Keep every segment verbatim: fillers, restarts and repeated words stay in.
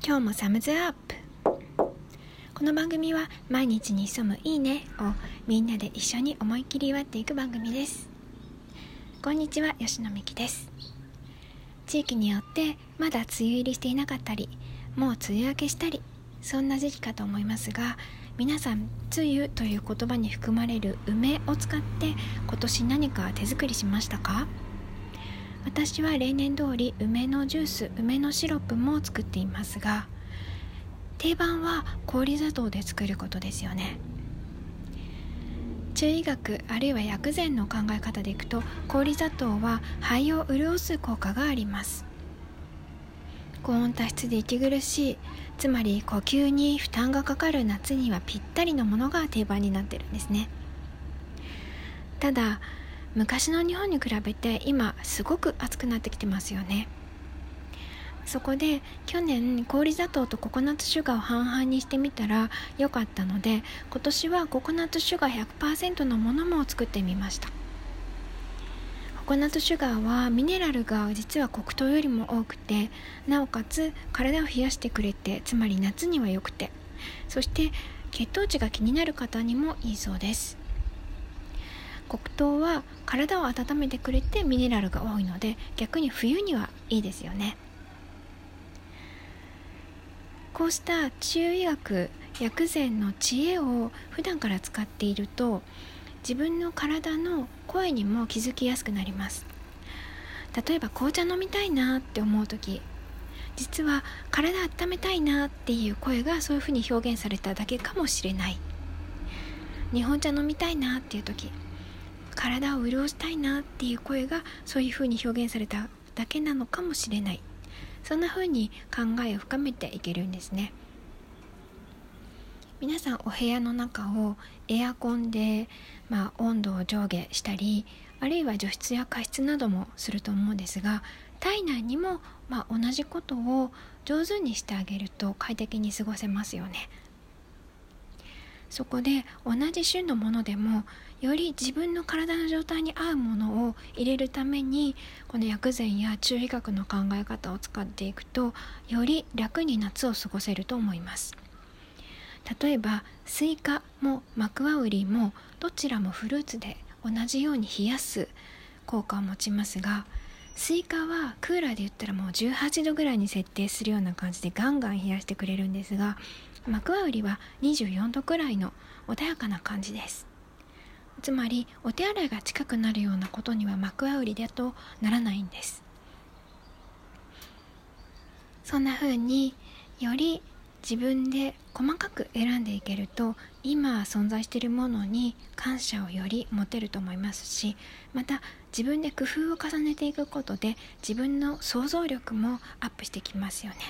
今日もサムズアップ。この番組は毎日に潜むいいねをみんなで一緒に思いっきり祝っていく番組です。こんにちは、吉野美希です。地域によってまだ梅雨入りしていなかったり、もう梅雨明けしたり、そんな時期かと思いますが、皆さん梅雨という言葉に含まれる梅を使って今年何か手作りしましたか？私は例年通り梅のジュース、梅のシロップも作っていますが、定番は氷砂糖で作ることですよね。中医学あるいは薬膳の考え方でいくと、氷砂糖は肺を潤す効果があります。高温多湿で息苦しい、つまり呼吸に負担がかかる夏にはぴったりのものが定番になっているんですね。ただ昔の日本に比べて今すごく暑くなってきてますよね。そこで去年氷砂糖とココナッツシュガーを半々にしてみたら良かったので、今年はココナッツシュガー ひゃくパーセント のものも作ってみました。ココナッツシュガーはミネラルが実は黒糖よりも多くて、なおかつ体を冷やしてくれて、つまり夏には良くて、そして血糖値が気になる方にもいいそうです。黒糖は体を温めてくれてミネラルが多いので、逆に冬にはいいですよね。こうした中医学薬膳の知恵を普段から使っていると、自分の体の声にも気づきやすくなります。例えば紅茶飲みたいなって思うとき、実は体温めたいなっていう声がそういうふうに表現されただけかもしれない。日本茶飲みたいなっていうとき、体を潤したいなっていう声がそういうふうに表現されただけなのかもしれない。そんなふうに考えを深めていけるんですね。皆さんお部屋の中をエアコンで、まあ、温度を上下したり、あるいは除湿や加湿などもすると思うんですが、体内にも、まあ、同じことを上手にしてあげると快適に過ごせますよね。そこで同じ種のものでもより自分の体の状態に合うものを入れるために、この薬膳や中医学の考え方を使っていくと、より楽に夏を過ごせると思います。例えばスイカもマクワウリもどちらもフルーツで同じように冷やす効果を持ちますが、スイカはクーラーで言ったらもうじゅうはちどぐらいに設定するような感じでガンガン冷やしてくれるんですが、マクワウリはにじゅうよんどくらいの穏やかな感じです。つまりお手洗いが近くなるようなことにはマクワウリだとならないんです。そんな風により自分で細かく選んでいけると、今存在しているものに感謝をより持てると思いますし、また自分で工夫を重ねていくことで自分の想像力もアップしてきますよね。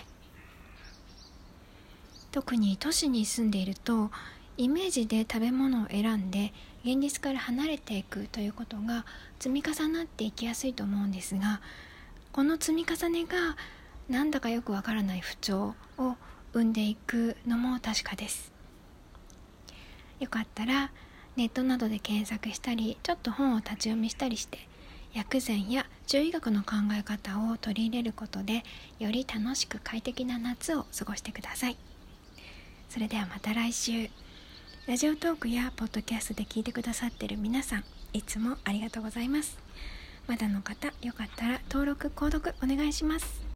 特に都市に住んでいると、イメージで食べ物を選んで現実から離れていくということが積み重なっていきやすいと思うんですが、この積み重ねがなんだかよくわからない不調を生んでいくのも確かです。よかったらネットなどで検索したり、ちょっと本を立ち読みしたりして、薬膳や中医学の考え方を取り入れることで、より楽しく快適な夏を過ごしてください。それではまた来週。ラジオトークやポッドキャストで聞いてくださっている皆さん、いつもありがとうございます。まだの方、よかったら登録・購読お願いします。